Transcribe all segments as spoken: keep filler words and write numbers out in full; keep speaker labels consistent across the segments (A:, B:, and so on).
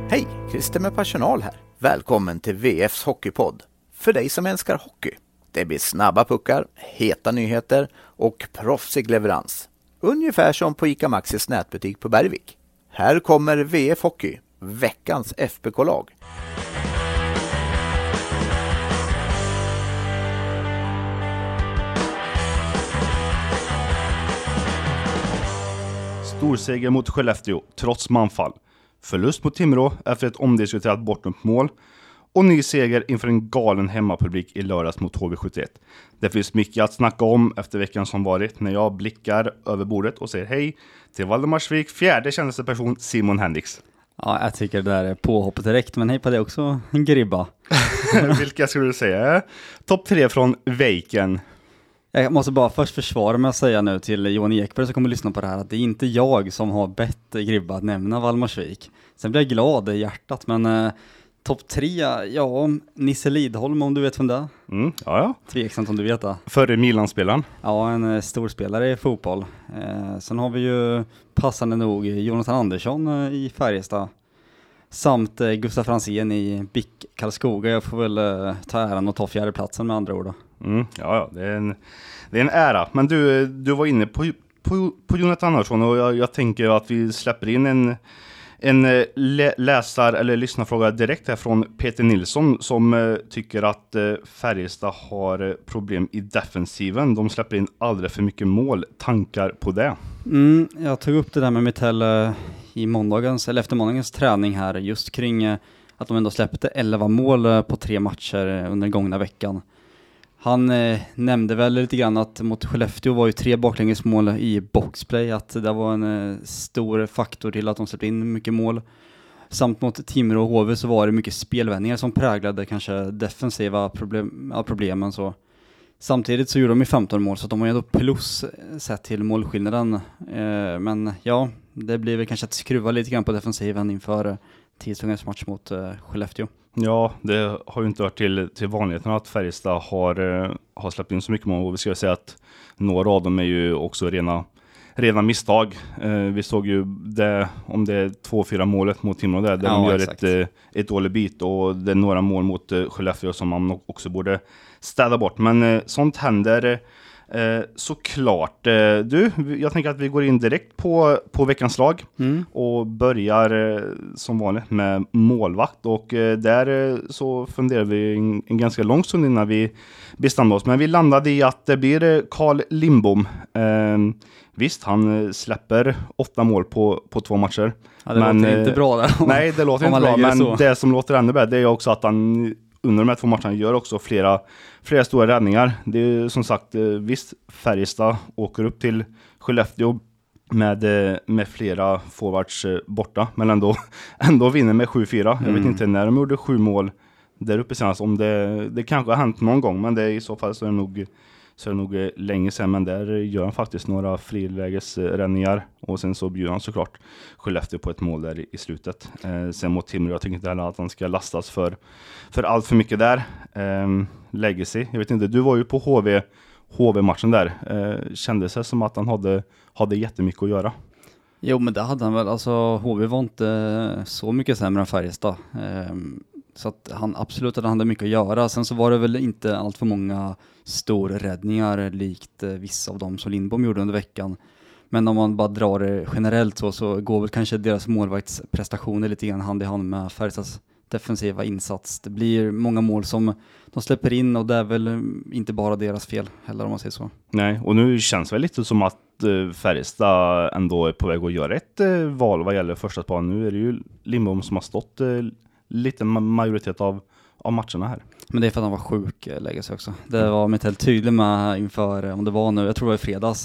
A: Hej, Christer med personal här. Välkommen till V F:s hockeypodd. För dig som älskar hockey. Det blir snabba puckar, heta nyheter och proffsig leverans. Ungefär som på ICA Maxis nätbutik på Bergvik. Här kommer V F Hockey, veckans F B K-lag.
B: Storseger mot Skellefteå trots manfall. Förlust mot Timrå efter ett omdiskuterat bortmål. Och ny seger inför en galen hemmapublik i lördags mot H V sjuttioett. Det finns mycket att snacka om efter veckan som varit när jag blickar över bordet och säger hej till Valdemarsvik fjärde kändaste person Simon Hendricks.
C: Ja, jag tycker det där är påhoppet direkt, men hej på det också, en gribba.
B: Vilka skulle du säga? Topp tre från Veiken.
C: Jag måste bara först försvara mig att säga nu till Johan Ekberg som kommer att lyssna på det här att det är inte jag som har bett gribba att nämna Valdemarsvik. Sen blir jag glad i hjärtat, men eh, topp tre, ja, Nisse Lidholm om du vet vem det är.
B: Mm, ja, ja.
C: Tveksamt om du vet det.
B: Före Milan-spelaren.
C: Ja, en eh, stor spelare i fotboll. Eh, sen har vi ju passande nog Jonathan Andersson eh, i Färjestad. Samt eh, Gustav Franzén i B I K Karlskoga. Jag får väl eh, ta äran och ta fjärdeplatsen med andra ord då.
B: Mm, ja, ja, det är, en, det är en ära. Men du, du var inne på, på, på Jonathan Andersson och jag, jag tänker att vi släpper in en, en lä, läsar- eller lyssnarfråga direkt här från Peter Nilsson som uh, tycker att uh, Färjestad har uh, problem i defensiven. De släpper in alldeles för mycket mål. Tankar på det?
C: Mm, jag tog upp det där med Mitell uh, i måndagens, eller efter måndagens träning här just kring uh, att de ändå släppte elva mål uh, på tre matcher uh, under den gångna veckan. Han eh, nämnde väl lite grann att mot Skellefteå var ju tre baklängesmål i boxplay, att det var en eh, stor faktor till att de släppte in mycket mål. Samt mot Timrå och H V så var det mycket spelvändningar som präglade kanske defensiva problem, ja, problemen. Så. Samtidigt så gjorde de ju femton mål så de har ju ändå plus sett till målskillnaden. Eh, men ja, det blir väl kanske att skruva lite grann på defensiven inför eh, tisdagens match mot eh, Skellefteå.
B: Ja, det har ju inte hört till, till vanligheten att Färjestad har, eh, har släppt in så mycket mål. Och vi ska säga att några av dem är ju också rena, rena misstag. Eh, vi såg ju det, om det är två fyra målet mot Timrå där, där ja, de gör ett, eh, ett dåligt bit. Och det är några mål mot eh, Skellefteå som man också borde städa bort. Men eh, sånt händer eh, såklart. Eh, du, jag tänker att vi går in direkt på, på veckans lag. Mm. Och börjar eh, som vanligt med målvakt. Och eh, där eh, så funderar vi en, en ganska lång stund innan vi bestämde oss. Men vi landade i att det blir eh, Carl Lindbom. Eh, visst, han eh, släpper åtta mål på, på två matcher.
C: Ja, det
B: men,
C: låter inte bra där.
B: Nej, det låter inte bra. Men det, det som låter ännu bättre, det är också att han under de här två matcherna gör också flera, flera stora räddningar. Det är som sagt, visst, Färjestad åker upp till Skellefteå med, med flera forwards borta, men ändå, ändå vinner med sju fyra. Mm. Jag vet inte när de gjorde sju mål där uppe senast, om det, det kanske har hänt någon gång, men det, i så fall så är det nog, så är det nog länge sedan. Men där gör han faktiskt några frilägesräddningar och sen så bjuder han såklart Skellefteå på ett mål där i, i slutet. Eh, sen mot Timrå, jag tycker inte heller att han ska lastas för, för allt för mycket där. Eh, Legacy, jag vet inte, du var ju på H V H V-matchen där. Eh, kändes det som att han hade, hade jättemycket att göra?
C: Jo, men det hade han väl. Alltså H V var inte så mycket sämre än Färjestad. Eh, så att han absolut hade mycket att göra. Sen så var det väl inte allt för många storräddningar likt eh, vissa av dem som Lindbom gjorde under veckan. Men om man bara drar det generellt så, så går väl kanske deras målvaktsprestationer lite grann hand i hand med Färjestads defensiva insats. Det blir många mål som de släpper in och det är väl inte bara deras fel heller om man säger så.
B: Nej, och nu känns det väl lite som att eh, Färjestad ändå är på väg att göra ett eh, val vad gäller första span. Nu är det ju Lindbom som har stått eh, lite majoritet av, av matcherna här.
C: Men det är för att han var sjuk, lägger sig också. Det var mitt helt tydligt med inför, om det var nu, jag tror det var i fredags,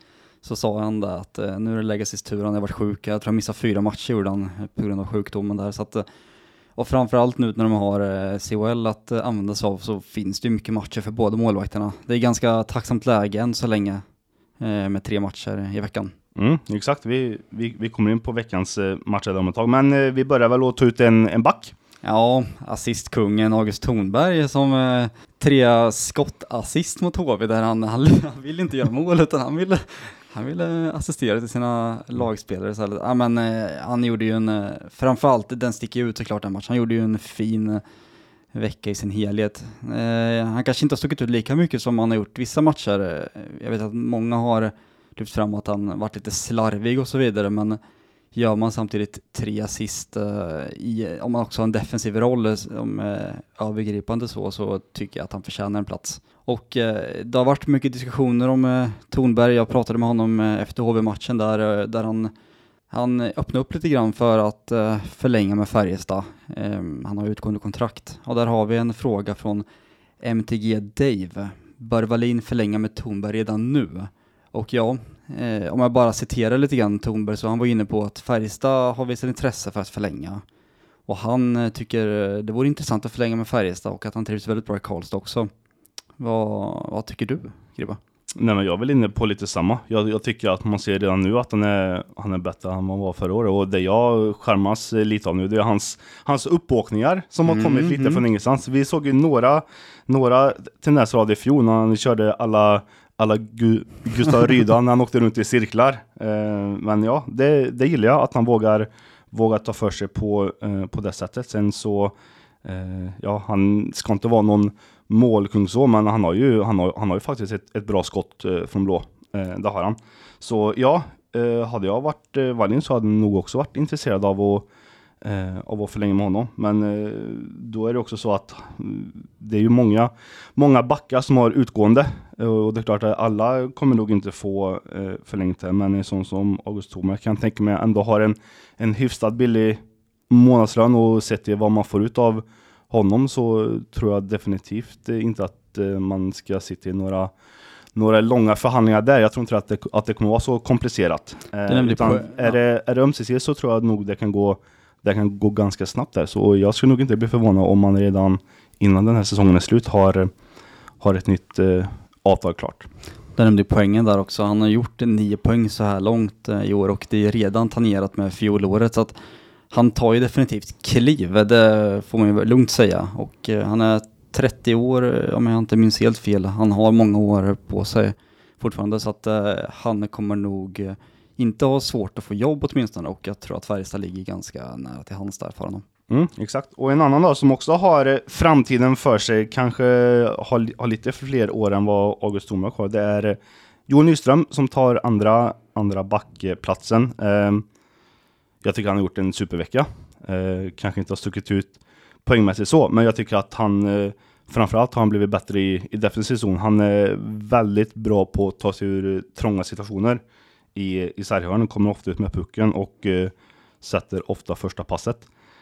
C: så sa han det att nu är det Legacys tur, han har varit sjuk. Jag tror han missade fyra matcher gjorde han på grund av sjukdomen där. Så att, och framförallt nu när de har C H L att använda sig av så finns det ju mycket matcher för båda målvakterna. Det är ganska tacksamt läge än så länge med tre matcher i veckan.
B: Mm, exakt, vi, vi, vi kommer in på veckans matcher om ett tag. Men vi börjar väl att ta ut en, en back.
C: Ja, assistkungen August Thornberg som eh, tre skottassist mot H V där han, han, han vill inte göra mål utan han vill Han ville assistera till sina lagspelare. Så ja, men, eh, han gjorde ju en, eh, framförallt den sticker ut såklart den matchen. Han gjorde ju en fin eh, vecka i sin helhet. Eh, han kanske inte har stuckit ut lika mycket som han har gjort vissa matcher. Jag vet att många har lyft fram att han varit lite slarvig och så vidare, men gör man samtidigt tre assist uh, i, om man också har en defensiv roll som uh, övergripande så, så tycker jag att han förtjänar en plats. Och uh, det har varit mycket diskussioner om uh, Thornberg. Jag pratade med honom uh, efter H V-matchen där, uh, där han, han öppnade upp lite grann för att uh, förlänga med Färjestad. Um, han har utgående kontrakt. Och där har vi en fråga från M T G Dave. Bör Wallin förlänga med Thornberg redan nu? Och ja, eh, om jag bara citerar lite grann Thornberg, så han var inne på att Färjestad har visat intresse för att förlänga. Och han eh, tycker det vore intressant att förlänga med Färjestad och att han trivs väldigt bra i Karlstad också. Vad, vad tycker du, Gribba?
B: Nej, men jag är väl inne på lite samma. Jag, jag tycker att man ser redan nu att han är, han är bättre än man var förra året. Och det jag skärmas lite av nu, det är hans, hans uppåkningar som har mm, kommit lite mm. från ingenstans. Vi såg ju några, några tendenser av det i fjol när han körde alla... alla Gu- Gustav Ryda när han åkte runt i cirklar. Eh, men ja, det, det gillar jag att han vågar, vågar ta för sig på, eh, på det sättet. Sen så, eh, ja, han ska inte vara någon målkung så, men han har ju, han har, han har ju faktiskt ett, ett bra skott eh, från blå. Eh, det har han. Så ja, eh, hade jag varit eh, Wallin så hade jag nog också varit intresserad av att Eh, av att förlänga med honom. Men eh, då är det också så att mm, det är ju många, många backar som har utgående. Eh, och det är klart att alla kommer nog inte få eh, förlängt det. Men en sån som August Thornberg kan tänka mig ändå har en, en hyfsat billig månadslön och sett till vad man får ut av honom, så tror jag definitivt inte att eh, man ska sitta i några några långa förhandlingar där. Jag tror inte att det, att det kommer vara så komplicerat. Eh, utan på, ja. är, det, är det ömsesidigt så tror jag nog det kan gå Det kan gå ganska snabbt där. Så jag skulle nog inte bli förvånad om man redan innan den här säsongen är slut har, har ett nytt eh, avtal klart.
C: Den nämnde poängen där också. Han har gjort nio poäng så här långt eh, i år och det är redan tangerat med fjolåret. Så att han tar ju definitivt kliv. Det får man ju lugnt säga. Och eh, han är trettio år, om jag inte minns helt fel. Han har många år på sig fortfarande. Så att eh, han kommer nog... Eh, inte ha svårt att få jobb åtminstone, och jag tror att Färjestad ligger ganska nära till hands där för honom.
B: Mm, exakt. Och en annan då som också har framtiden för sig, kanske har, har lite fler år än vad August Thornberg har, det är Joel Nyström som tar andra, andra backplatsen. Eh, jag tycker han har gjort en supervecka. Eh, kanske inte har stuckit ut poängmässigt så, men jag tycker att han eh, framförallt har han blivit bättre i, i defensiv zon. Han är väldigt bra på att ta sig ur trånga situationer i, i sarghörnen, kommer ofta ut med pucken och eh, sätter ofta första passet.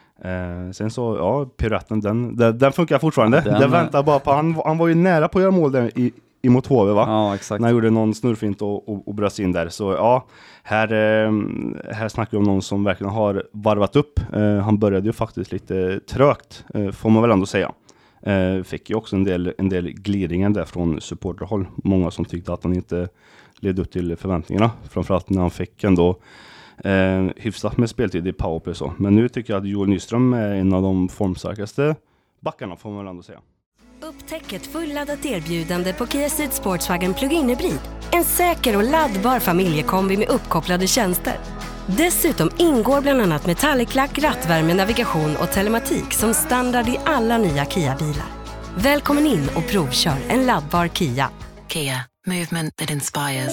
B: Eh, sen så, ja, piruetten, den, den, den funkar fortfarande. Ja, den, den väntar bara på, han, han var ju nära på att göra mål där i, i mot H V, va?
C: Ja, exakt.
B: När han gjorde någon snurrfint och, och, och bröst in där. Så ja, här, eh, här snackar vi om någon som verkligen har varvat upp. Eh, han började ju faktiskt lite trögt, eh, får man väl ändå säga. Eh, fick ju också en del, en del glidningar där från supporterhåll. Många som tyckte att han inte levde upp till förväntningarna. Framförallt när han fick ändå eh, hyfsat med speltid i powerplay så. Men nu tycker jag att Joel Nyström är en av de formstarkaste backarna, får man väl ändå säga.
D: Upptäck ett fulladdat erbjudande på Kia Ceed Sportswagen Plug-in Hybrid. En säker och laddbar familjekombi med uppkopplade tjänster. Dessutom ingår bland annat metalliklack, rattvärme, navigation och telematik som standard i alla nya Kia-bilar. Välkommen in och provkör en laddbar Kia.
E: Kia, movement that inspires.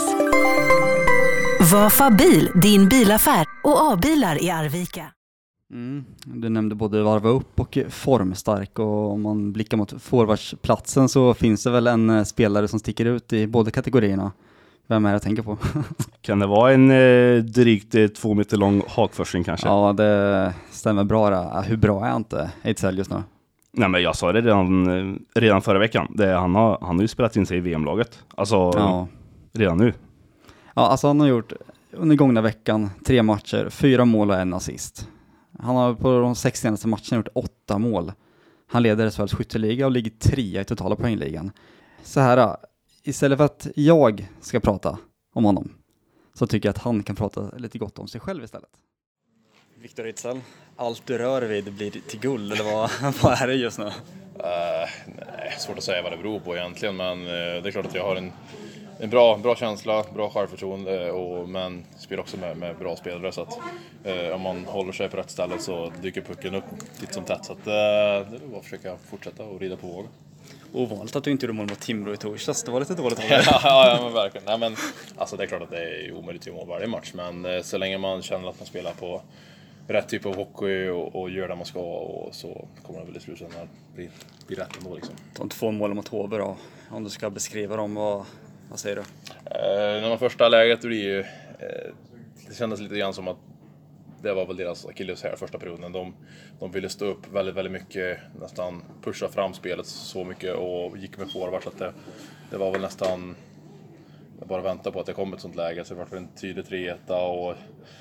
D: Vafa bil, din bilaffär och A-bilar i Arvika.
C: Mm, du nämnde både varva upp och formstark, och om man blickar mot forwardsplatsen så finns det väl en spelare som sticker ut i båda kategorierna. Vem är det jag tänker på?
B: Kan det vara en eh, drygt eh, två meter lång hakförsing kanske?
C: Ja, det stämmer bra. Då. Hur bra är inte Ejdsell just nu?
B: Nej, men jag sa det redan, redan förra veckan. Det, han, har, han har ju spelat in sig i V M-laget. Alltså, ja. Redan nu.
C: Ja, alltså han har gjort under gångna veckan tre matcher, fyra mål och en assist. Han har på de sex senaste matcherna gjort åtta mål. Han leder S H L:s skytteliga och ligger trea i totala poängligan. Så här, istället för att jag ska prata om honom så tycker jag att han kan prata lite gott om sig själv istället. Viktor Ejdsell, allt du rör vid blir till guld, eller vad, vad är det just nu? Uh,
F: nej, svårt att säga vad det beror på egentligen, men uh, det är klart att jag har en en bra, bra känsla, bra självförtroende, och, men spelar också med, med bra spelare, så att eh, om man håller sig på rätt ställe så dyker pucken upp titt som tätt, så att eh, det är bara att försöka fortsätta och rida på vågen.
C: Ovanligt att du inte gjorde mål mot Timrå i torsdags, det var lite dåligt av
F: dig. ja, ja, men verkligen. Nej, men, alltså, det är klart att det är omöjligt att göra mål varje match, men eh, så länge man känner att man spelar på rätt typ av hockey och, och gör det man ska, och så kommer det väl i slutändan bli, bli rätt ändå liksom.
C: De två målen mot H B då, om du ska beskriva dem, vad, vad säger du?
F: Eh, när man första läget blir ju, eh, det kändes lite grann som att det var väl deras akilles här första perioden. De, de ville stå upp väldigt, väldigt mycket, nästan pusha fram spelet så mycket och gick med forward, så att det, det var väl nästan bara vänta på att det kom ett sånt läge, så det var väl en tydlig tre ett och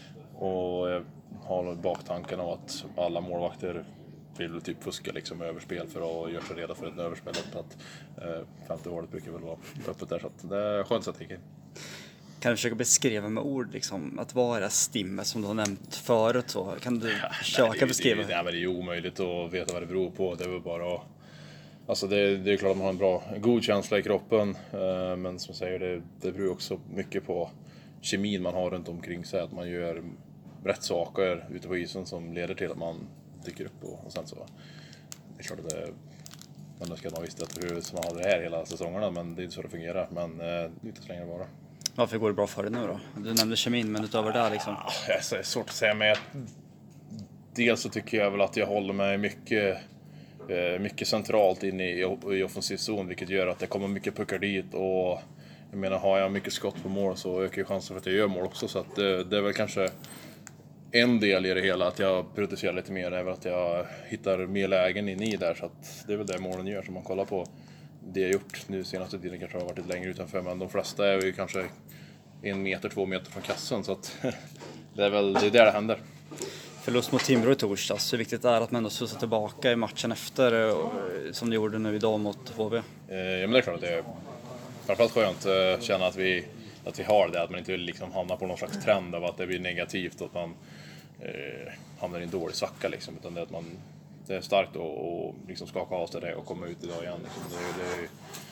F: och jag har baktanken av att alla målvakter vill typ fuska liksom med överspel för att göra sig redo för ett överspel, för att eh, femte hålet brukar väl vara öppet där, så att det är skönt att det.
C: Kan du försöka beskriva med ord liksom, att vara stimmet som du har nämnt förut, så kan du ja, försöka
F: det,
C: beskriva?
F: Det, det, det är ju omöjligt att veta vad det beror på. Det är väl bara att, alltså det, det är klart att man har en bra, god känsla i kroppen, eh, men som jag säger, det, det beror också mycket på kemin man har runt omkring sig, att man gör rätt saker ute på isen som leder till att man dyker upp, och, och sen så det är klart att det, man önskar att man visste att hur som man hade det här hela säsongerna, men det är inte så det fungerar, men eh, det är inte så länge bara.
C: Varför går det bra för dig nu då? Du nämnde kemin, men utöver det liksom?
F: Ja, det är svårt att säga, men jag, dels så tycker jag väl att jag håller mig mycket mycket centralt in i, i offensiv zon, vilket gör att det kommer mycket puckar dit, och jag menar, har jag mycket skott på mål så ökar ju chansen för att jag gör mål också, så att det, det är väl kanske en del i det hela, att jag producerar lite mer, är väl att jag hittar mer lägen in i där, så att det är väl det målen gör. Som man kollar på det jag gjort nu senaste tiden, kanske har varit lite längre utanför, men de flesta är ju kanske en meter, två meter från kassen, så att det är väl det är där det händer.
C: Förlust mot Timrå i torsdags, hur viktigt är att man ändå slussar tillbaka i matchen efter, som du gjorde nu idag mot H B?
F: Eh, ja, men det är klart att det är framförallt skönt att uh, känna att vi, att vi har det, att man inte vill liksom hamna på någon slags trend av att det blir negativt och att man uh, hamnar i en dålig svacka liksom, utan det är att man, det är starkt och, och liksom skaka av sig det och komma ut idag igen liksom. Det, det är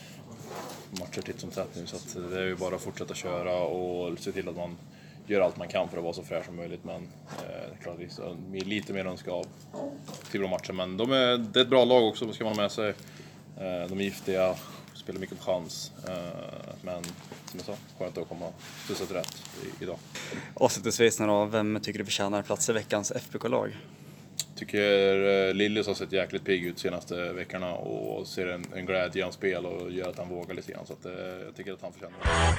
F: matcher titt som tätt nu, så att det är ju bara att fortsätta köra och se till att man gör allt man kan för att vara så fräsch som möjligt, men eh, klart det är lite mer önska av till de matcher, men de är, det är ett bra lag också, det ska man ha med sig. Eh, de är giftiga, spelar mycket på chans, eh, men som jag sa, skönt att komma tussat rätt i, idag.
C: Avslutningsvis nu då, vem tycker du förtjänar plats i veckans F B K-lag?
F: Tycker eh, Lillis har sett jäkligt pigg ut senaste veckorna och ser en, en glädje i hans spel och gör att han vågar lite grann, så att, eh, jag tycker att han förtjänar det.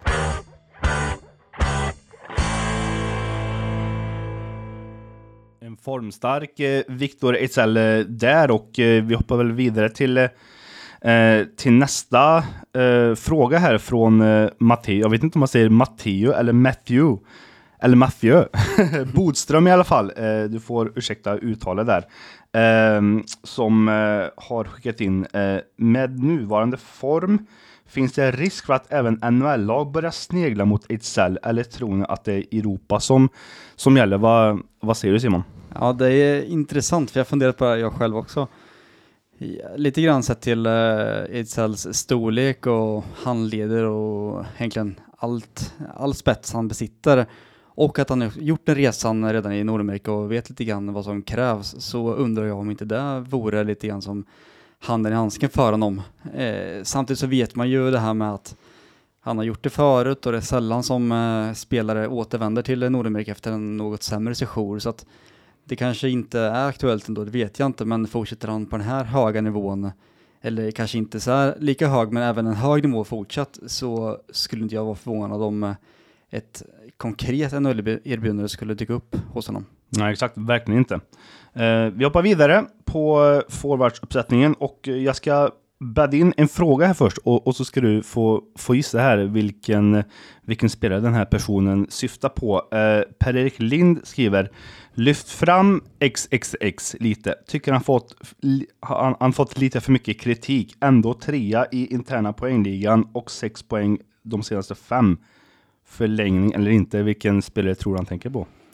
B: En formstark eh, Victor Ejdsell eh, där, och eh, vi hoppar väl vidare till, eh, till nästa eh, fråga här från eh, Matteo. Jag vet inte om man säger Matteo eller Matthew. Eller Matthew. Bodström i alla fall. Eh, du får ursäkta uttalet där. Eh, som eh, har skickat in. Eh, med nuvarande form finns det risk för att även N H L-lag börjar snegla mot Ejdsell, eller tror ni att det är Europa som, som gäller? Vad, vad säger du, Simon?
C: Ja, det är intressant, för jag har funderat på det jag själv också. Lite grann sett till uh, Ejdsells storlek och handleder och egentligen allt, all spets han besitter. Och att han har gjort den resan redan i Nordamerika och vet lite grann vad som krävs, så undrar jag om inte det vore lite grann som handen i handsken för honom. Eh, samtidigt så vet man ju det här med att han har gjort det förut och det är sällan som eh, spelare återvänder till Nordamerika efter en något sämre sejour, så att det kanske inte är aktuellt ändå, det vet jag inte, men fortsätter han på den här höga nivån, eller kanske inte så här lika hög, men även en hög nivå fortsatt, så skulle inte jag vara förvånad om ett konkret N H L-erbjudande skulle dyka upp hos honom.
B: Nej, exakt, verkligen inte. Eh, vi hoppar vidare på forwardsuppsättningen, och jag ska bädda in en fråga här först, och, och så ska du få, få gissa här vilken, vilken spelare den här personen syftar på. Eh, Per-Erik Lind skriver: lyft fram X X X lite. Tycker han fått, han, han fått lite för mycket kritik. Ändå trea i interna poängligan och sex poäng de senaste fem. Förlängning eller inte, vilken spelare tror han tänker på?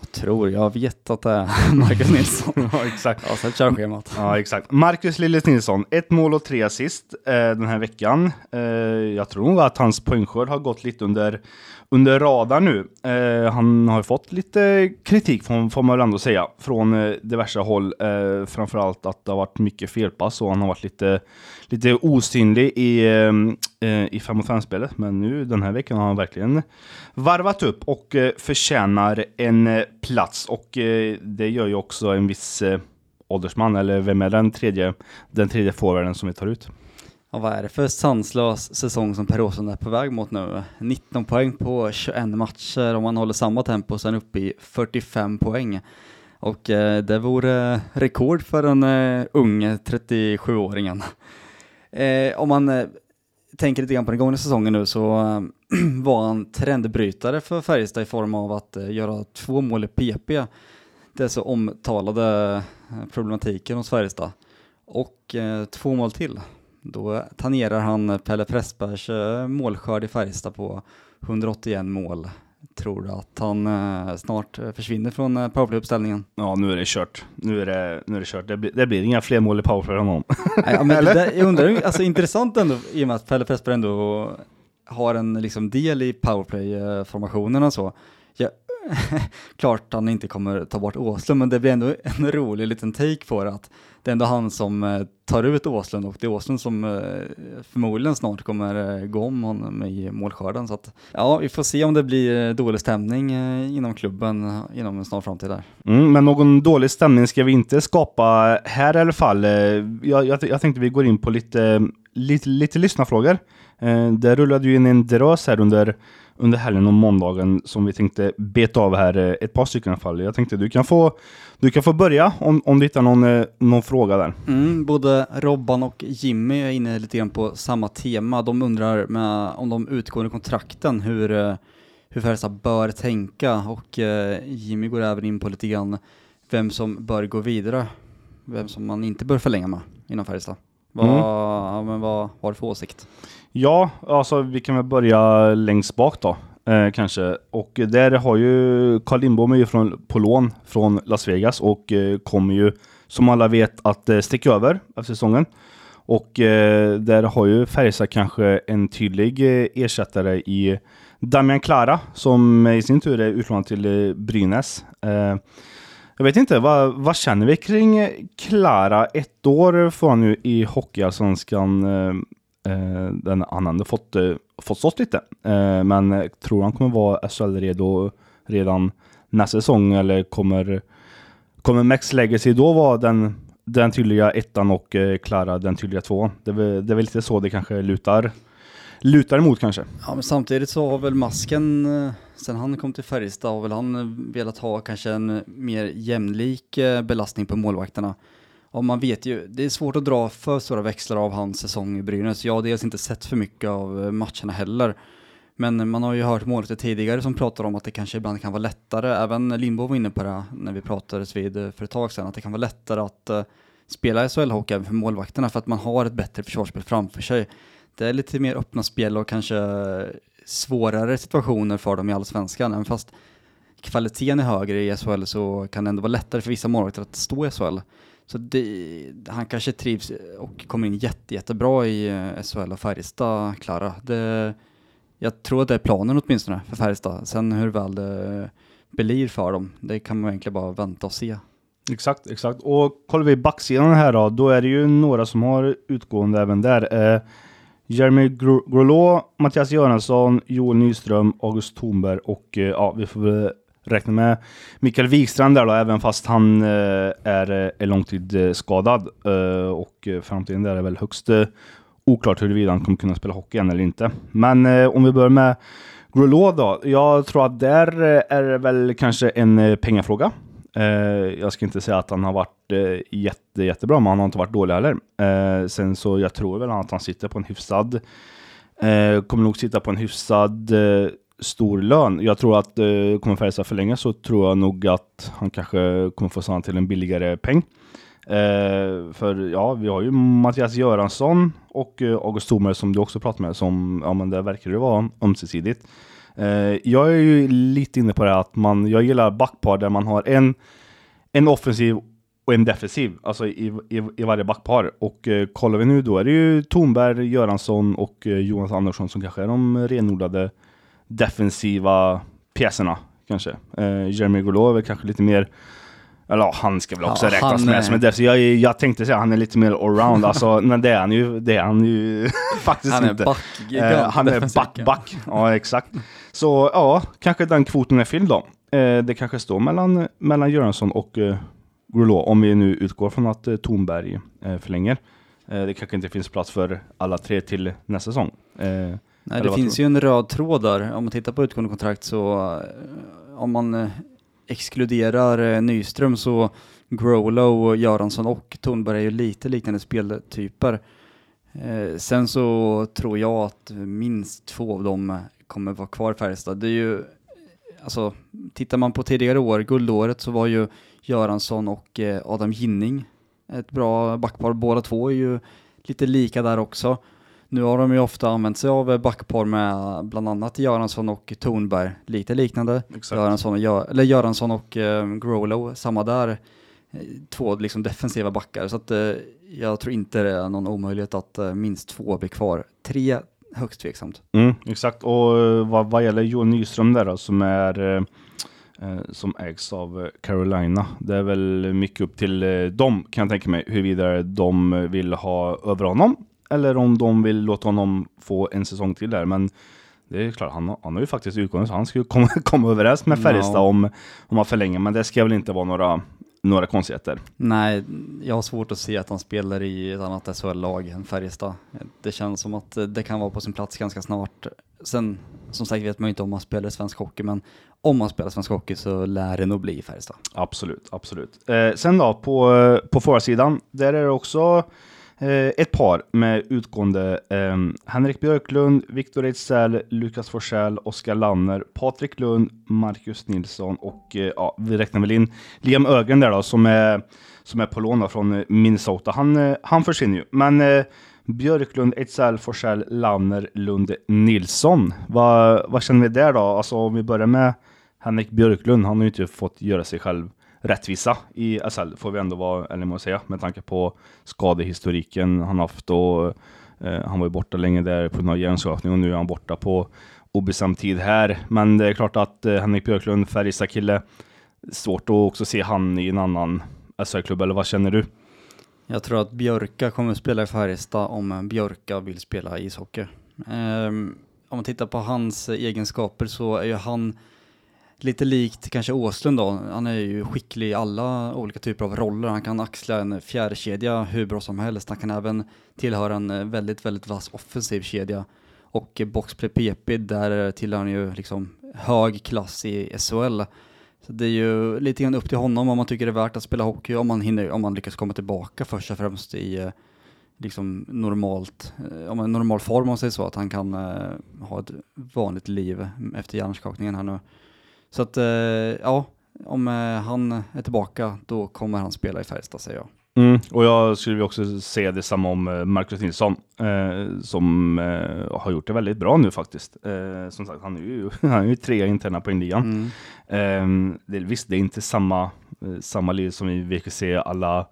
C: Jag tror, jag vet att det är Marcus Nilsson.
B: Ja, exakt.
C: Ja, så kör schemat.
B: Ja, exakt. Marcus Lillis Nilsson, ett mål och tre assist eh, den här veckan. Eh, jag tror nog att hans poängskörd har gått lite under, under radar nu. Eh, han har fått lite kritik, från, får man väl ändå säga, från eh, diverse håll. Eh, framförallt att det har varit mycket felpass och han har varit lite, lite osynlig i, eh, i fem mot fem-spelet. Men nu den här veckan har han verkligen varvat upp och eh, förtjänar en eh, plats. Och eh, det gör ju också en viss eh, åldersman, eller vem är den tredje, den tredje forwarden som vi tar ut?
C: Ja, vad är det för sanslös säsong som Per Åslund är på väg mot nu? nitton poäng på tjugoett matcher, om man håller samma tempo sen upp i fyrtiofem poäng. Och eh, det vore rekord för en eh, ung trettiosju-åringen. Eh, om man eh, tänker lite grann på den gångna säsongen nu, så eh, var han trendbrytare för Färjestad i form av att eh, göra två mål i P P. Det är så omtalade problematiken hos Färjestad. Och eh, två mål till. Då tangerar han Pelle Pressbergs eh, målskörd i Färjestad på hundraåttioett mål. Tror du att han eh, snart försvinner från eh, powerplay-uppställningen?
B: Ja, nu är det kört. Nu är det, nu är det kört. Det blir, det blir inga fler mål i powerplay än honom.
C: Ja, men det där, jag undrar, alltså intressant ändå, i och med att Pelle Pressberg ändå har en liksom, del i powerplay-formationen och så. Ja, klart han inte kommer ta bort Åslund, men det blir ändå en rolig liten take på det, att det är ändå han som eh, tar ut Åslund, och det är Åslund som eh, förmodligen snart kommer eh, gå om honom i målskörden. Så att, ja, vi får se om det blir dålig stämning eh, inom klubben eh, inom en snar framtid där.
B: Mm, men någon dålig stämning ska vi inte skapa här i alla fall. Jag, jag, jag tänkte vi går in på lite, lite, lite lyssnarfrågor. Eh, det rullade ju in en drös här under under helgen och måndagen som vi tänkte beta av här, ett par stycken i alla fall. Jag tänkte du kan få, du kan få börja om, om du hittar någon, någon fråga där.
C: Mm, både Robban och Jimmy är inne lite grann på samma tema. De undrar med, om de utgående kontrakten hur, hur Färjestad bör tänka, och eh, Jimmy går även in på lite grann vem som bör gå vidare, vem som man inte bör förlänga med inom Färjestad. Vad, mm. ja, men vad har du för åsikt?
B: Ja, alltså vi kan väl börja längst bak då, eh, kanske. Och där har ju Carl Lindbom är ju från, på lån från Las Vegas och eh, kommer ju, som alla vet, att eh, sticka över efter säsongen. Och eh, där har ju Färjestad kanske en tydlig eh, ersättare i Damian Klara, som i sin tur är utlånad till eh, Brynäs. Eh, jag vet inte, vad, vad känner vi kring Klara? Ett år får han nu i Hockeyallsvenskan. Eh, Uh, den han hade fått, uh, fått stått lite. Uh, men uh, tror han kommer vara S H L-redo redan nästa säsong, eller kommer, kommer Max Legacy då vara den, den tydliga ettan och uh, Klara den tydliga tvåan? Det, det är väl lite så det kanske lutar, lutar emot kanske.
C: Ja, men samtidigt så har väl Masken, uh, sen han kom till Färjestad, har väl han uh, velat ha kanske en mer jämlik uh, belastning på målvakterna. Och man vet ju, det är svårt att dra för stora växlar av hans säsong i Brynäs. Jag har dels inte sett för mycket av matcherna heller. Men man har ju hört målet tidigare som pratar om att det kanske ibland kan vara lättare. Även Lindbo var inne på det när vi pratades vid för ett tag sedan. Att det kan vara lättare att uh, spela S H L-hockey även för målvakterna, för att man har ett bättre försvarsspel framför sig. Det är lite mer öppna spel och kanske svårare situationer för dem i allsvenskan. Även fast kvaliteten är högre i S H L så kan det ändå vara lättare för vissa målvakter att stå i S H L. Så det, han kanske trivs och kommer in jätte, jättebra i S H L och Färjestad, Klara. Det, jag tror att det är planen åtminstone för Färjestad. Sen hur väl det blir för dem, det kan man egentligen bara vänta och se.
B: Exakt, exakt. Och kollar vi backsidan här då, då är det ju några som har utgående även där. Eh, Jeremy Grolå, Mattias Göransson, Joel Nyström, August Thornberg och eh, ja, vi får väl räkna med Mikael Wikstrand där då, även fast han eh, är, är långtidsskadad eh, och framtiden där är väl högst eh, oklart huruvida han kommer kunna spela hockey än eller inte. Men eh, om vi börjar med Grolå då, jag tror att där är det väl kanske en eh, pengafråga. Eh, jag ska inte säga att han har varit eh, jätte, jättebra, men han har inte varit dålig heller. Eh, sen så jag tror väl att han sitter på en hyfsad eh, kommer nog sitta på en hyfsad eh, stor lön. Jag tror att eh, kommer Färjestad förlänga, så tror jag nog att han kanske kommer få stanna till en billigare peng. Eh, för ja, vi har ju Mattias Göransson och eh, August Thornberg som du också pratar med, som ja, men det verkar ju vara ömsesidigt. Eh, jag är ju lite inne på det att man, jag gillar backpar där man har en, en offensiv och en defensiv, alltså i, i, i varje backpar. Och eh, kollar vi nu då är det ju Thornberg, Göransson och eh, Jonas Andersson som kanske är de renodlade defensiva pjäserna kanske. Eh, Jeremy Golov är väl kanske lite mer, eller ja, han ska väl också ja, räknas med är... som en defensiv. Jag, jag tänkte säga han är lite mer allround, alltså, men det är han ju, det är han ju faktiskt
C: han är
B: inte.
C: Back,
B: eh, han är back, back. Ja, exakt. Så ja, kanske den kvoten är fylld då. Eh, det kanske står mellan, mellan Göransson och eh, Grolå, om vi nu utgår från att eh, Thornberg eh, förlänger. Eh, det kanske inte finns plats för alla tre till nästa säsong. Eh,
C: Nej, det finns ju en röd tråd där. Om man tittar på utgående kontrakt så eh, om man eh, exkluderar eh, Nyström så Grolå, Göransson och Thornberg är ju lite liknande speltyper. Eh, sen så tror jag att minst två av dem kommer vara kvar i Färjestad. Det är ju, alltså, tittar man på tidigare år, guldåret, så var ju Göransson och eh, Adam Ginning ett bra backpar. Båda två är ju lite lika där också. Nu har de ju ofta använt sig av backpar med bland annat Göransson och Thornberg. Lite liknande. Göransson och, Gör, eller Göransson och eh, Grolå, samma där. Två liksom defensiva backar. Så att, eh, jag tror inte det är någon omöjlighet att eh, minst två blir kvar. Tre högst tveksamt.
B: Mm, exakt. Och vad, vad gäller Johan Nyström där då, som är... Eh, som ägs av Carolina. Det är väl mycket upp till dem, kan jag tänka mig, huruvida de vill ha över honom eller om de vill låta honom få en säsong till där. Men det är klart, han, han har ju faktiskt utgående så han ska ju komma, komma överens med Färjestad no. om, om han förlänger, men det ska väl inte vara några, några konstigheter.
C: Nej, jag har svårt att se att han spelar i ett annat S H L-lag än Färjestad. Det känns som att det kan vara på sin plats ganska snart. Sen, som sagt, vet man ju inte om han spelar svensk hockey, men om man spelar svensk hockey så lär det nog bli Färjestad.
B: Absolut, absolut. Eh, sen då, på, på försidan, där är det också eh, ett par med utgående eh, Henrik Björklund, Viktor Ejdsell, Lukas Forsell, Oskar Lanner, Patrik Lund, Marcus Nilsson och eh, ja, vi räknar väl in Liam Ögren där då, som är, som är på lån från Minnesota. Han, eh, han försvinner ju, men eh, Björklund, Ejdsell, Forsell, Lanner, Lund, Nilsson. Vad, vad känner vi där då? Alltså om vi börjar med Henrik Björklund, han har ju inte fått göra sig själv rättvisa i S H L, får vi ändå vara, eller må jag säga, med tanke på skadehistoriken han haft och eh, han var ju borta länge där på grund av hjärnskakning och nu är han borta på obestämd tid här. Men det är klart att eh, Henrik Björklund, Färjestad-kille, svårt att också se han i en annan S H L-klubb, eller vad känner du?
C: Jag tror att Björka kommer att spela i Färjestad om Björka vill spela ishockey. Um, om man tittar på hans egenskaper så är ju han lite likt kanske Åslund då. Han är ju skicklig i alla olika typer av roller. Han kan axla en fjärrkedja hur bra som helst. Han kan även tillhöra en väldigt, väldigt vass offensiv kedja. Och boxplay P P, där tillhör han ju liksom hög klass i S H L. Så det är ju lite grann upp till honom om man tycker det är värt att spela hockey, om man hinner, om man lyckas komma tillbaka först och främst i liksom normalt, om en normal form, om man säger så, att han kan uh, ha ett vanligt liv efter hjärnskakningen här nu. Så att uh, ja, om uh, han är tillbaka, då kommer han spela i Färjestad, säger jag.
B: Mm, och jag skulle också säga detsamma om Marcus Nilsson eh, som eh, har gjort det väldigt bra nu faktiskt. Eh, som sagt, han är ju, han är ju tre interna på Indian. Mm. Eh, det, visst, det är inte samma, eh, samma liv som vi fick se alla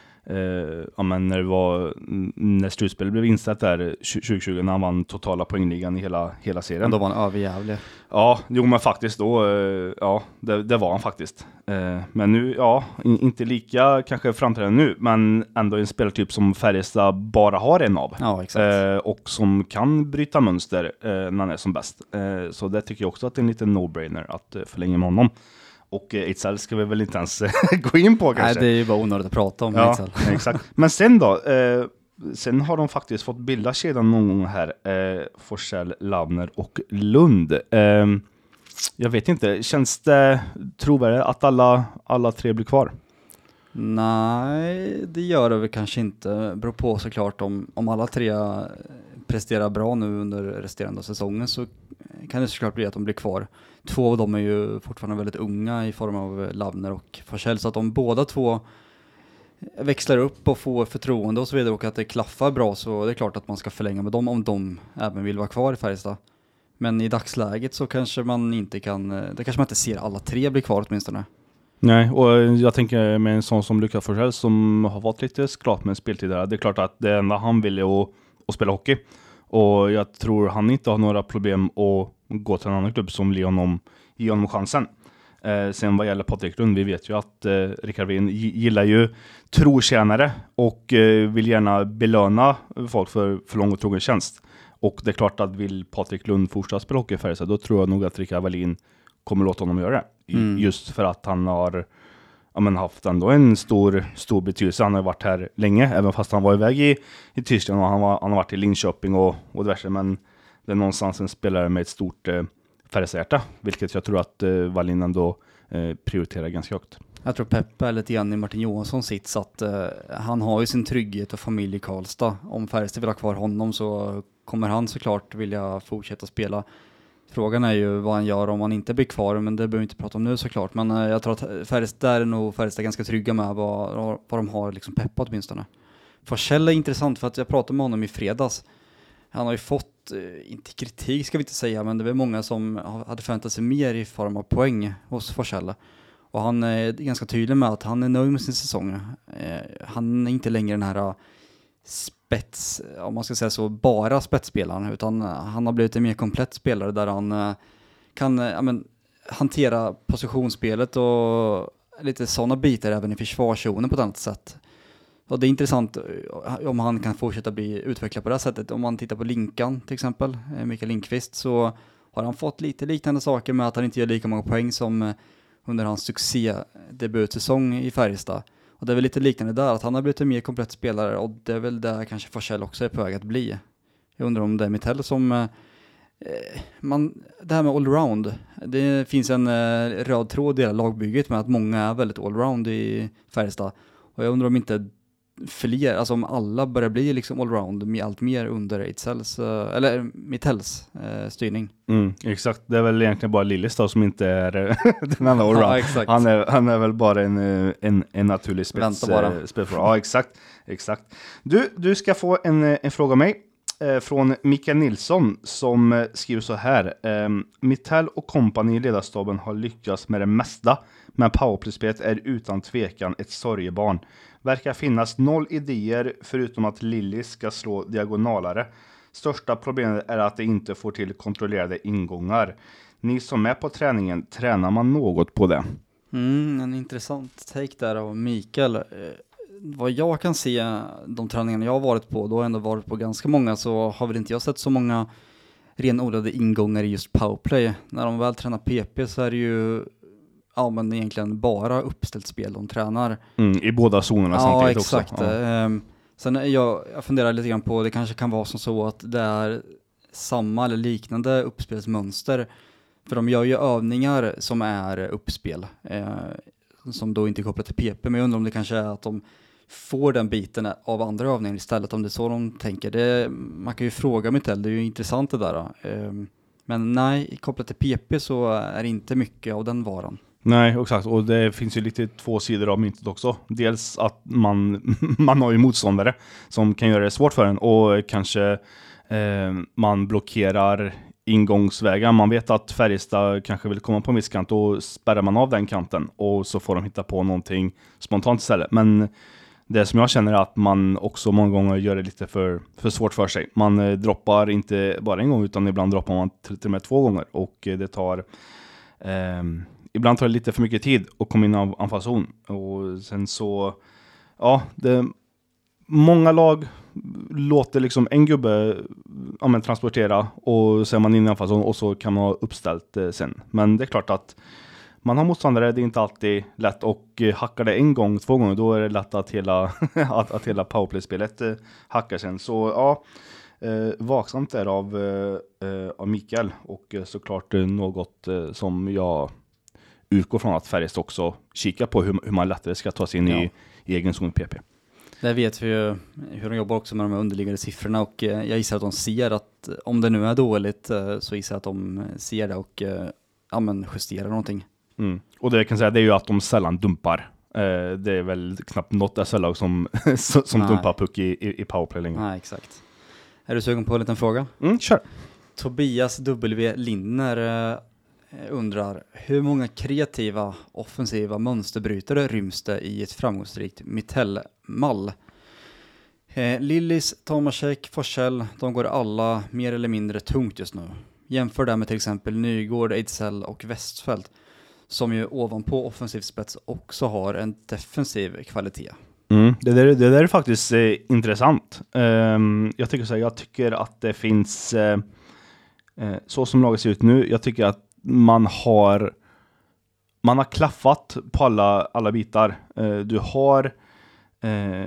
B: eh, ja, men när det var när slutspelet blev inställt där tjugo tjugo, när han vann totala poängligan i hela, hela serien. Men
C: då var han överjävlig.
B: Ja, jo men faktiskt då, eh, ja, det, det var han faktiskt. Eh, men nu, ja, in, inte lika kanske framträdande nu, men ändå en spelartyp som Färjestad bara har en av.
C: Ja, exakt.
B: Eh, och som kan bryta mönster eh, när han är som bäst. Eh, så det tycker jag också att det är en liten no-brainer att eh, förlänga med honom. Och eh, Ejdsell ska vi väl inte ens gå in på kanske.
C: Nej, det är ju bara onödigt att prata om
B: ja,
C: Ejdsell.
B: Exakt. Men sen då, eh, sen har de faktiskt fått bilda kedjan någon gång här. Eh, Forsell, Lanner och Lund. Eh, jag vet inte, känns det trovärdigt att alla, alla tre blir kvar?
C: Nej, det gör det väl kanske inte. Det beror på såklart om, om alla tre presterar bra nu under resterande av säsongen, så kan det såklart bli att de blir kvar. Två av dem är ju fortfarande väldigt unga i form av Lanner och Forsell, så att om båda två växlar upp och får förtroende och så vidare och att det klaffar bra, så det är klart att man ska förlänga med dem om de även vill vara kvar i Färjestad. Men i dagsläget så kanske man inte kan, det kanske man inte ser alla tre bli kvar åtminstone.
B: Nej, och jag tänker med en sån som Lukas Forsell som har varit lite sklart med speltid där. Det är klart att det enda han vill är att, att spela hockey. Och jag tror han inte har några problem att gå till en annan klubb som ger honom, ger honom chansen. Eh, sen vad gäller Patrik Lund, vi vet ju att eh, Rickard Wien gillar ju trotjänare och eh, vill gärna belöna folk för, för lång och trogen tjänst. Och det är klart att vill Patrik Lund fortsätta spela hockey för sig, då tror jag nog att Rickard Wallin kommer låta honom göra det. Mm. Just för att han har ja, men haft ändå en stor, stor betydelse. Han har varit här länge, även fast han var iväg i, i Tyskland och han, var, han har varit i Linköping och, och diverse. Men det är någonstans en spelare med ett stort eh, Färjestadhjärta, vilket jag tror att eh, Wallin ändå eh, prioriterar ganska högt.
C: Jag tror Peppe är lite grann i Martin Johansson sits att eh, han har ju sin trygghet och familj i Karlstad. Om Färjestad vill ha kvar honom så kommer han såklart vilja fortsätta spela. Frågan är ju vad han gör om han inte blir kvar, men det behöver vi inte prata om nu såklart. Men eh, jag tror att Färjestad är nog Färjestad ganska trygga med vad, vad de har liksom peppat åtminstone. Forsell är intressant för att jag pratade med honom i fredags. Han har ju fått, eh, inte kritik ska vi inte säga, men det var många som hade förväntat sig mer i form av poäng hos Forsell. Och han är ganska tydlig med att han är nöjd med sin säsong. Eh, han är inte längre den här spets, om man ska säga så, bara spetsspelaren, utan han har blivit en mer komplett spelare där han eh, kan eh, ja, men, hantera positionsspelet och lite sådana bitar även i försvarszonen på ett annat sätt. Och det är intressant om han kan fortsätta bli utvecklad på det här sättet. Om man tittar på Linkan till exempel, eh, Mikael Lindqvist, så har han fått lite liknande saker med att han inte gör lika många poäng som eh, under hans succé-debutsäsong i Färjestad. Och det är väl lite liknande där, att han har blivit en mer komplett spelare och det är väl där kanske Forsell också är på väg att bli. Jag undrar om det är Mitell som eh, man, det här med allround, det finns en eh, röd tråd i hela lagbygget med att många är väldigt allround i Färjestad. Och jag undrar om inte fler, alltså om alla börjar bli liksom allround med allt mer under Ejdsälls, eller Mittells eh, styrning.
B: Mm, exakt, det är väl egentligen bara Lillis då som inte är den andra allround. Ja, han, är, han är väl bara en, en, en naturlig spets. Vänta bara. Ja, exakt, exakt. Du, du ska få en, en fråga av mig eh, från Mikael Nilsson som skriver så här. Eh, Mitell och kompani i ledarstaben har lyckats med det mesta, men powerplay-spelet är utan tvekan ett sorgebarn. Verkar finnas noll idéer förutom att Lillis ska slå diagonalare. Största problemet är att det inte får till kontrollerade ingångar. Ni som är på träningen, tränar man något på det?
C: Mm, en intressant take där av Mikael. Eh, vad jag kan se, de träningarna jag har varit på, då har jag ändå varit på ganska många, så har väl inte jag sett så många renodlade ingångar i just powerplay. När de väl tränar P P så är det ju ja, men egentligen bara uppställt spel de tränar.
B: Mm, i båda zonerna samtidigt också.
C: Ja, exakt. Ja. Um, sen jag, jag funderar lite grann på, det kanske kan vara som så att det är samma eller liknande uppspelsmönster. För de gör ju övningar som är uppspel. Eh, som då inte är kopplat till P P. Men jag undrar om det kanske är att de får den biten av andra övningar istället. Om det är så de tänker. Det, man kan ju fråga Mitell, det är ju intressant det där. Eh, men nej, kopplat till P P så är det inte mycket av den varan.
B: Nej, exakt. Och det finns ju lite två sidor av myntet också. Dels att man, man har ju motståndare som kan göra det svårt för en. Och kanske eh, man blockerar ingångsvägar. Man vet att Färjestad kanske vill komma på en viss kant och spärrar man av den kanten. Och så får de hitta på någonting spontant istället. Men det som jag känner är att man också många gånger gör det lite för, för svårt för sig. Man eh, droppar inte bara en gång utan ibland droppar man till, till och med två gånger. Och eh, det tar... Eh, Ibland tar det lite för mycket tid att komma in av anfallszon. Och sen så... Ja, det, många lag låter liksom en gubbe ja, men, transportera. Och sen är man in i anfallszon och så kan man ha uppställt eh, sen. Men det är klart att man har motståndare. Det är inte alltid lätt. Och eh, hackar det en gång, två gånger, då är det lätt att hela, att, att hela powerplay-spelet eh, hackar sen. Så ja... Eh, vaksamt är av, eh, av Mikael. Och eh, såklart eh, något eh, som jag... utgår från att Färjestad också kikar på hur, hur man lättare ska ta sig in ja. i, i egen zon P P.
C: Det vet vi ju hur de jobbar också med de här underliggande siffrorna och eh, jag gissar att de ser att om det nu är dåligt eh, så gissar jag att de ser det och eh, ja, men justerar någonting.
B: Mm. Och det jag kan säga det är ju att de sällan dumpar. Eh, det är väl knappt något S L-lag som, som dumpar puck i, i, i powerplay längre.
C: Nej, exakt. Är du sugen på en liten fråga?
B: Mm, kör.
C: Tobias W. Linner eh, undrar, hur många kreativa offensiva mönsterbrytare ryms det i ett framgångsrikt Mitell-mall? Eh, Lillis, Tomasek, Forsell, de går alla mer eller mindre tungt just nu. Jämför det med till exempel Nygård, Ejdsell och Westfält, som ju ovanpå offensiv spets också har en defensiv kvalitet.
B: Mm, det, där, det där är faktiskt eh, intressant. Um, jag tycker så här, jag tycker att det finns eh, eh, så som laget ser ut nu. Jag tycker att man har man har klaffat på alla alla bitar. Uh, du har uh,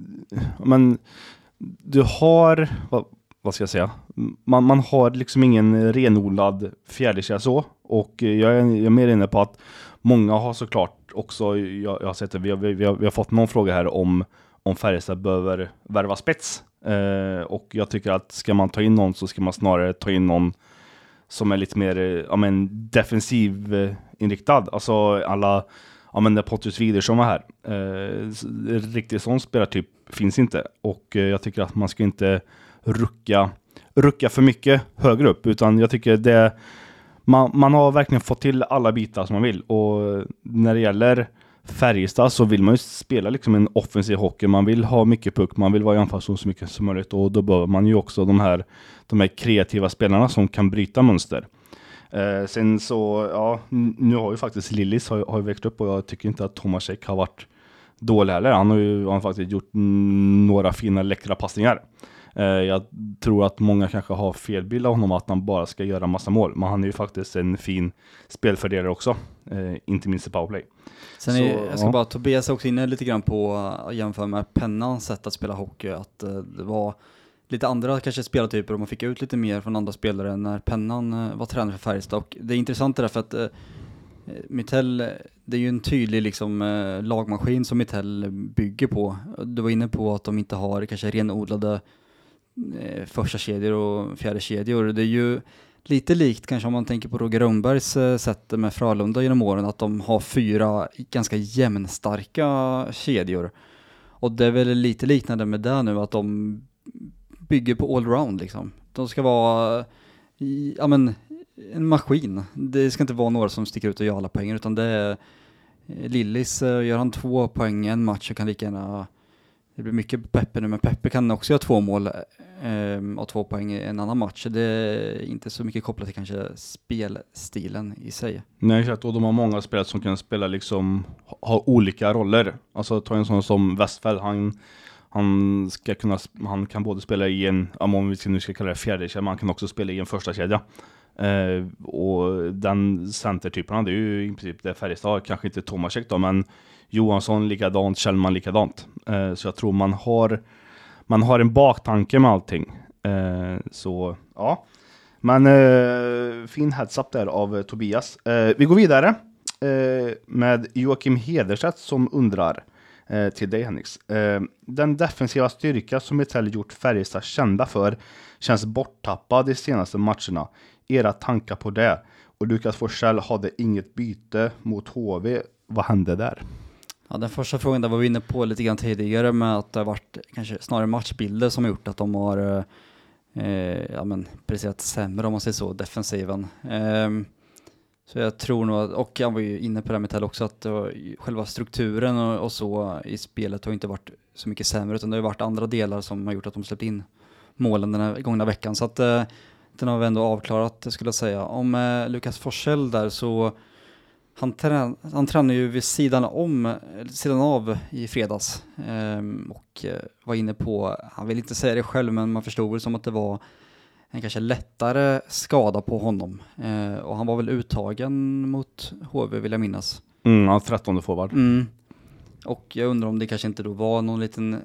B: men du har vad, vad ska jag säga? Man man har liksom ingen renodlad fjärdekedja så, och jag är, jag är mer inne på att många har såklart också, jag, jag har sett det, vi har, vi, har, vi har fått någon fråga här om, om Färjestad behöver värva spets. Eh, och jag tycker att ska man ta in någon så ska man snarare ta in någon som är lite mer ja, men, defensiv eh, inriktad. Alltså alla, ja men det Pontus Wider som var här. Eh, riktigt sån spelartyp finns inte. Och eh, jag tycker att man ska inte rucka, rucka för mycket högre upp, utan jag tycker det Man, man har verkligen fått till alla bitar som man vill. Och när det gäller Färjestad så vill man ju spela liksom en offensiv hockey. Man vill ha mycket puck, man vill vara i anfallszon så mycket som möjligt. Och då behöver man ju också de här, de här kreativa spelarna som kan bryta mönster. Eh, sen så, ja, nu har ju faktiskt Lillis har, har växt upp, och jag tycker inte att Tomasek har varit dålig heller. Han har ju han har faktiskt gjort några fina läckra passningar. Jag tror att många kanske har fel bild av honom, att han bara ska göra massa mål. Men han är ju faktiskt en fin spelfördelare också. Eh, inte minst i powerplay.
C: Sen är, så, jag ska ja. bara, Tobias är också inne lite grann på att jämföra med Pennans sätt att spela hockey. Att uh, det var lite andra kanske spelartyper och man fick ut lite mer från andra spelare när Pennan uh, var tränare för Färjestad. Och det är intressant det där för att uh, Mitell, det är ju en tydlig liksom, uh, lagmaskin som Mitell bygger på. Du var inne på att de inte har kanske renodlade första kedjor och fjärde kedjor. Det är ju lite likt kanske om man tänker på Roger Rönnbergs sätt med Frölunda genom åren, att de har fyra ganska jämnstarka kedjor. Och det är väl lite liknande med det nu, att de bygger på allround liksom. De ska vara ja, men, en maskin. Det ska inte vara några som sticker ut och gör alla poäng, utan det är Lillis, gör han två poäng en match så kan lika gärna det blir mycket Peppe nu, men Peppe kan också göra två mål eh, och två poäng i en annan match. Det är inte så mycket kopplat till kanske spelstilen i sig.
B: Nej, exakt. Och de har många spelare som kan spela liksom, ha olika roller. Alltså ta en sån som Westfält, han, han ska kunna, han kan både spela i en, om vi nu ska kalla det fjärde kedja, men han kan också spela i en första kedja. Eh, och den centertypen, det är ju i princip det Färjestad, kanske inte Tomasek då, men Johansson likadant, Kjellman likadant. Eh, så jag tror man har man har en baktanke med allting. Eh, så ja. Men eh, fin heads up där av eh, Tobias. Eh, vi går vidare eh, med Joakim Hederstedt som undrar eh, till dig, Henriks. Eh, den defensiva styrka som Mitell gjort Färjestad kända för känns borttappad de senaste matcherna. Era tankar på det? Och Lukas Forsell hade inget byte mot H V. Vad hände där?
C: Ja, den första frågan där var vi inne på lite grann tidigare, med att det har varit kanske snarare matchbilder som har gjort att de har eh, ja, men, presterat sämre, om man säger så, defensiven. Eh, så jag tror nog, att, och jag var ju inne på det med också, att uh, själva strukturen och, och så i spelet har inte varit så mycket sämre, utan det har varit andra delar som har gjort att de släppt in målen den här gångna veckan. Så att uh, den har vi ändå avklarat, skulle jag säga. Om uh, Lukas Forsell där, så Han, trän, han tränar ju vid sidan om, sidan av i fredags ehm, och var inne på, han vill inte säga det själv, men man förstod väl som att det var en kanske lättare skada på honom. Ehm, och han var väl uttagen mot H V, vill jag minnas.
B: Mm, han trettonde forward.
C: Mm. Och jag undrar om det kanske inte då var någon liten,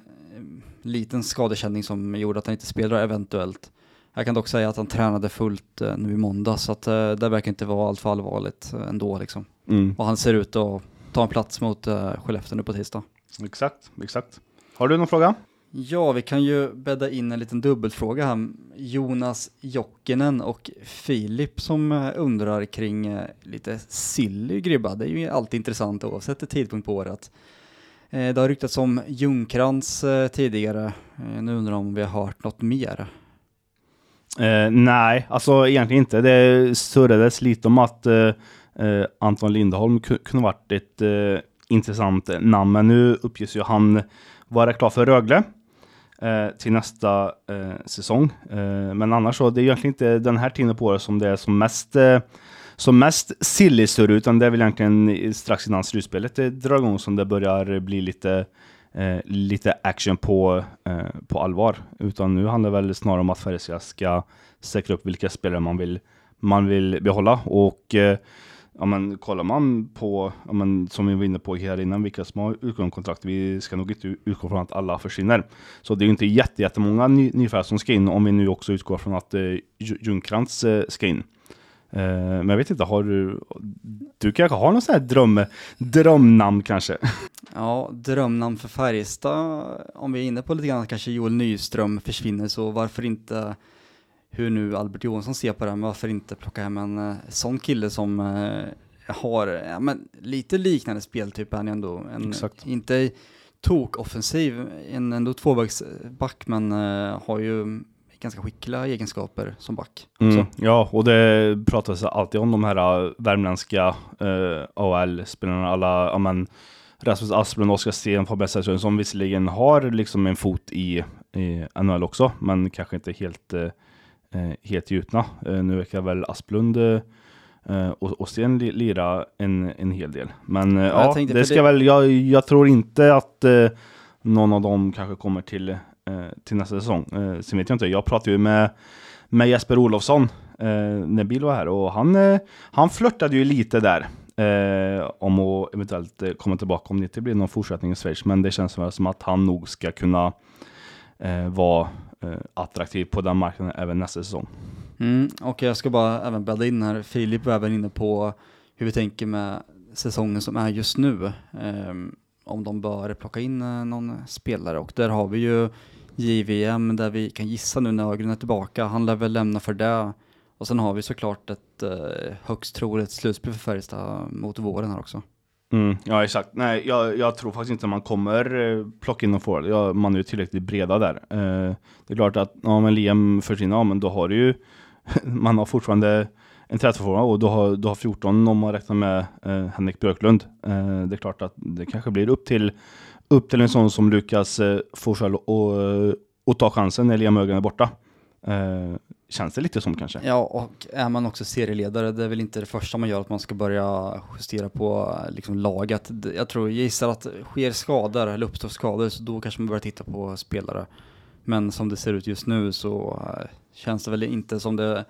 C: liten skadekänning som gjorde att han inte spelar eventuellt. Jag kan dock säga att han tränade fullt uh, nu i måndag, så att uh, det verkar inte vara allt för allvarligt uh, ändå liksom. Mm. Och han ser ut att ta en plats mot uh, Skellefteå nu på tisdag.
B: Exakt, exakt. Har du någon fråga?
C: Ja, vi kan ju bädda in en liten dubbelfråga här. Jonas Jokinen och Filip som uh, undrar kring uh, lite silly gribba. Det är ju alltid intressant oavsett tidpunkt på året. Uh, det har ryktats om Ljungkrantz uh, tidigare. Uh, nu undrar om vi har hört något mer.
B: Eh, nej, alltså egentligen inte. Det surrades lite om att eh, eh, Anton Lindholm k- kunde varit ett eh, intressant namn, men nu uppges ju han vara klar för Rögle eh, till nästa eh, säsong. Eh, men annars så, det är egentligen inte den här tiden på året som det är som mest eh, som mest sillisur, utan det är väl egentligen strax innan slutspelet det drar igång som det börjar bli lite Eh, lite action på, eh, på allvar. Utan nu handlar det väl snarare om att Färjestad ska säkra upp vilka spelare man vill, man vill behålla. Och eh, ja, men, kollar man på, ja, men, som vi var inne på här innan, vilka som har utgående kontrakt, vi ska nog inte utgå från att alla försvinner. Så det är ju inte jätte, jättemånga ny, nyfärgare som ska in, om vi nu också utgår från att eh, Ljungcrantz eh, ska in. Uh, men jag vet inte, har du du kanske har någon sån här dröm, drömnamn kanske?
C: Ja, drömnamn för Färjestad, om vi är inne på lite grann att kanske Joel Nyström försvinner, så varför inte, hur nu Albert Johansson ser på det, men varför inte plocka hem en uh, sån kille som uh, har ja, men lite liknande speltyp än ändå, en, inte tok-offensiv, en ändå tvåvägsback, men uh, har ju ganska skickliga egenskaper som back.
B: Mm, ja, och det pratas alltid om de här värmländska uh, A H L-spelarna, alla, ja men Rasmus Asplund, Oskar Sten, Fabian Sällström, som visserligen har liksom en fot i, i N H L också, men kanske inte helt uh, helt gjutna. Uh, nu verkar väl Asplund uh, och, och Sten li, lira en, en hel del. Men uh, ja, ja det ska det... väl, jag, jag tror inte att uh, någon av dem kanske kommer till till nästa säsong. Eh, sen vet jag inte, jag pratade ju med, med Jesper Olofsson eh, när Bill var här, och han, eh, han flörtade ju lite där eh, om att eventuellt eh, komma tillbaka om det inte blir någon fortsättning i Schweiz, men det känns väl som att han nog ska kunna eh, vara eh, attraktiv på den marknaden även nästa säsong.
C: Mm, och jag ska bara även bädda in här, Filip var även inne på hur vi tänker med säsongen som är just nu. Eh, om de bör plocka in eh, någon spelare, och där har vi ju J V M där vi kan gissa nu när Ögren är tillbaka. Han lär väl lämna för det. Och sen har vi såklart ett eh, högst troligt slutspel för Färjestad mot våren här också.
B: Mm, ja, exakt. Nej, jag, jag tror faktiskt inte man kommer eh, plocka in någon forward. Ja, man är ju tillräckligt breda där. Eh, det är klart att ja, men Liam försvinner, ja, men då har du ju man har fortfarande en tretton-forward, och då har, då har fjorton om man räknar med eh, Henrik Björklund. Eh, det är klart att det kanske blir upp till upp till en sån som Lukas eh, Forsell och, och ta chansen när Liam Ögren är borta. Eh, känns det lite som kanske.
C: Ja, och är man också serieledare, det är väl inte det första man gör att man ska börja justera på liksom, laget. Jag tror, jag gissar att sker skador eller uppstår skador, så då kanske man börjar titta på spelare. Men som det ser ut just nu så äh, känns det väl inte som det,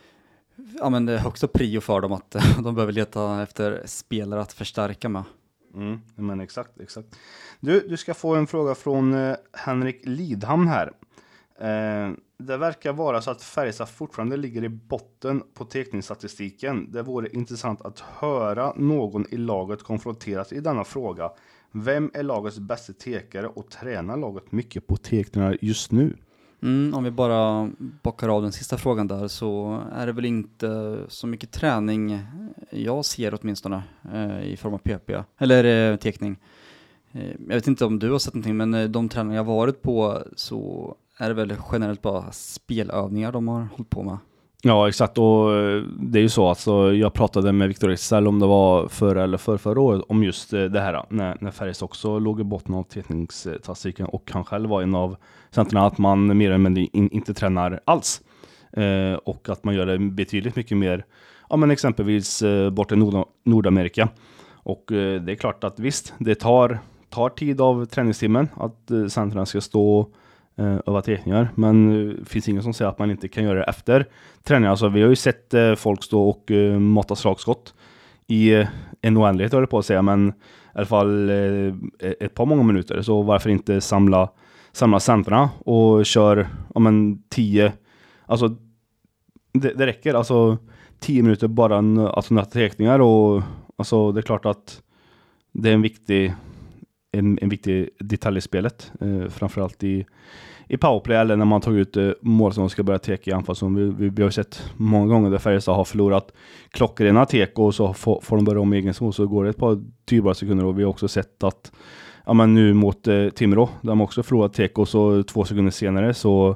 C: ja, men det är högsta prio för dem att de behöver leta efter spelare att förstärka med.
B: Mm, men exakt, exakt. Du, du ska få en fråga från eh, Henrik Lidhamn här. Eh, det verkar vara så att Färjestad fortfarande ligger i botten på teckningsstatistiken. Det vore intressant att höra någon i laget konfronteras i denna fråga. Vem är lagets bästa tekare och tränar laget mycket på teckningar just nu?
C: Mm, om vi bara bockar av den sista frågan där, så är det väl inte så mycket träning jag ser åtminstone eh, i form av P P eller eh, teckning. Eh, jag vet inte om du har sett någonting, men eh, de träningar jag varit på så är det väl generellt bara spelövningar de har hållit på med.
B: Ja, exakt, och det är ju så, alltså, jag pratade med Victor Issel om det var förra eller för förra året om just det här, när, när Färjestad också låg i botten av teckningsstatistiken, och han själv var en av centrarna, att man mer eller mindre in, inte tränar alls eh, och att man gör det betydligt mycket mer, ja, men exempelvis eh, bort i Nord- Nordamerika, och eh, det är klart att visst, det tar, tar tid av träningstimmen att eh, centrarna ska stå öva teckningar, men det finns ingen som säger att man inte kan göra det efter träning. Alltså, vi har ju sett eh, folk stå och eh, måtta slagskott i eh, en oändlighet, höll jag på att säga, men i alla fall eh, ett par många minuter, så varför inte samla samla centrarna och kör om en tio, alltså det, det räcker, alltså tio minuter bara en, alltså några teckningar, och alltså det är klart att det är en viktig en, en viktig detalj i spelet, eh, framförallt i i powerplay, eller när man tar ut eh, mål som ska börja teka i anfall, som vi, vi, vi har sett många gånger där Färjestad har förlorat klockrena tek, och så får, får de börja om egen zon, så går det ett par dyrbara sekunder, och vi har också sett att ja, men nu mot eh, Timrå, där de också förlorat tek, och så två sekunder senare så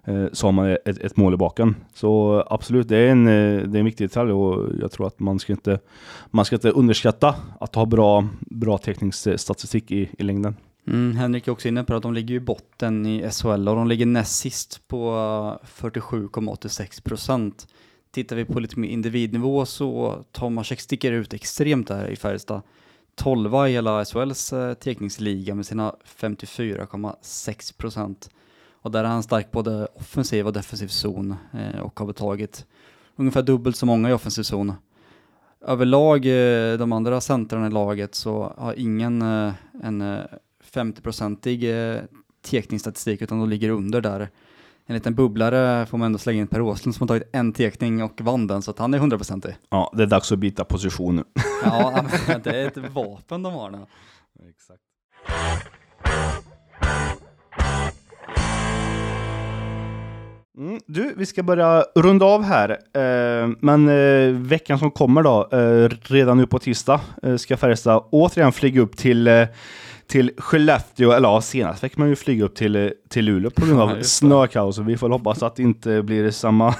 B: eh, så har man ett, ett mål i baken. Så absolut, det är en, det är en viktig detalj, och jag tror att man ska inte, man ska inte underskatta att ha bra, bra täckningsstatistik i, i längden.
C: Mm, Henrik är också inne på att de ligger i botten i S H L och de ligger näst sist på fyrtiosju komma åttiosex procent. Tittar vi på lite mer individnivå så Tomasek sticker ut extremt där i Färjestad. tolva i hela S H L:s täckningsliga med sina femtiofyra komma sex procent. Och där är han stark både offensiv och defensiv zon eh, och har betagit ungefär dubbelt så många i offensiv zon. Överlag, eh, de andra centrarna i laget, så har ingen eh, en femtio-procentig eh, täckningsstatistik, utan de ligger under där. En liten bubblare får man ändå slänga in Per Åslund som har tagit en teckning och vann den, så att han är hundraprocentig.
B: Ja, det är dags att byta position.
C: Ja, men det är ett vapen de har nu.
B: Exakt. Mm, du, vi ska börja runda av här. Eh, men eh, veckan som kommer då, eh, redan nu på tisdag, eh, ska Färjestad återigen flyga upp till... Eh, till Skellefteå, eller ja, senast fick man ju flyga upp till, till Luleå på grund av ja, snökaos, och vi får hoppas att det inte blir samma,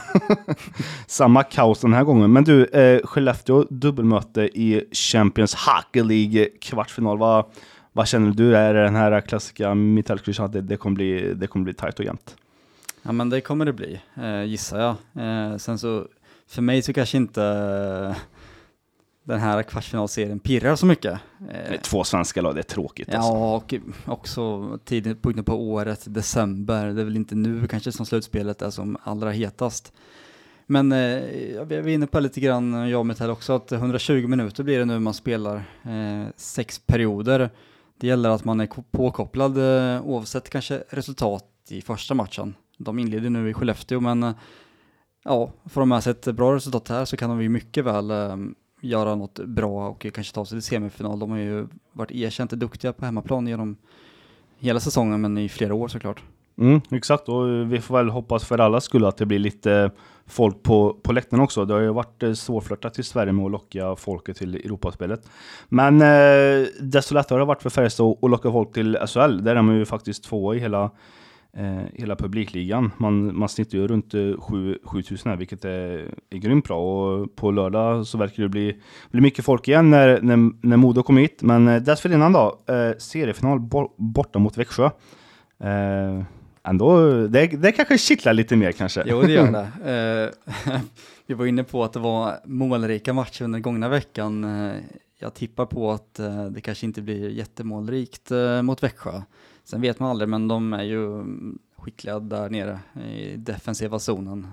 B: samma kaos den här gången. Men du, eh, Skellefteå dubbelmöte i Champions Hockey League kvartsfinal, vad, vad känner du är den här klassiska Mittelkrysch att det, det kommer bli det kommer bli tajt och jämnt?
C: Ja, men det kommer det bli, eh, gissar jag. Eh, sen så, för mig så kanske inte... Eh, den här kvartsfinalserien pirrar så mycket.
B: Det är två svenska lag, det är tråkigt.
C: Ja,
B: alltså.
C: Och också tidpunkten på året, december. Det är väl inte nu kanske som slutspelet är som allra hetast. Men eh, vi är inne på lite grann, jag och Mitell också, att hundratjugo minuter blir det nu man spelar. Eh, sex perioder. Det gäller att man är påkopplad eh, oavsett kanske resultat i första matchen. De inleder nu i Skellefteå, men eh, ja, får de med sig ett bra resultat här så kan de ju mycket väl... Eh, göra något bra och kanske ta sig till semifinal. De har ju varit erkänt duktiga på hemmaplan genom hela säsongen, men i flera år såklart.
B: Mm, exakt, och vi får väl hoppas för alla skull att det blir lite folk på, på läktaren också. Det har ju varit svårflörtat i Sverige med att locka folket till Europaspelet. Men eh, desto lättare har det varit för Färjestad att locka folk till S H L. Där är man ju faktiskt två i hela Eh, hela publikligan. Man, man snittar ju runt eh, sju tusen här, vilket är, är grymt bra. Och på lördag så verkar det bli, bli mycket folk igen när, när, när Modo kom hit. Men eh, dessförinnan då, eh, seriefinal bo, borta mot Växjö. Eh, ändå, det, det kanske kittlar lite mer kanske.
C: Jo, det gör det. Eh, vi var inne på att det var målrika matcher under gångna veckan. Eh, jag tippar på att eh, det kanske inte blir jättemålrikt eh, mot Växjö. Sen vet man aldrig, men de är ju skickliga där nere i defensiva zonen.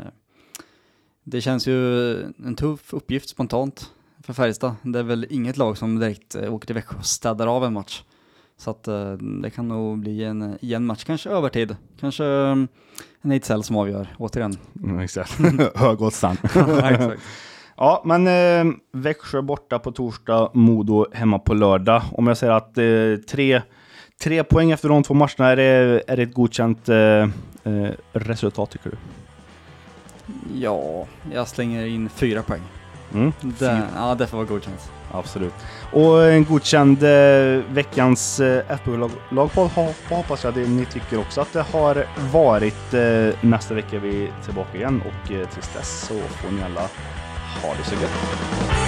C: Det känns ju en tuff uppgift spontant för Färjestad. Det är väl inget lag som direkt åker till Växjö och städar av en match. Så att det kan nog bli en igen match, kanske övertid. Kanske en Ejdsell som avgör, återigen.
B: Mm, exakt. Högoddstan.
C: Ja, exakt.
B: Ja, men eh, Växjö borta på torsdag, Modo hemma på lördag. Om jag säger att eh, tre... Tre poäng efter de två matcherna, är det, är det ett godkänt eh, eh, resultat tycker du?
C: Ja, jag slänger in fyra poäng.
B: Mm,
C: det, ja, det får vara godkänt.
B: Absolut. Och en godkänd eh, veckans eh, F B K-lagpodd hoppas jag det ni tycker också att det har varit. Eh, nästa vecka är vi tillbaka igen, och eh, tills dess så får ni alla ha det så gött.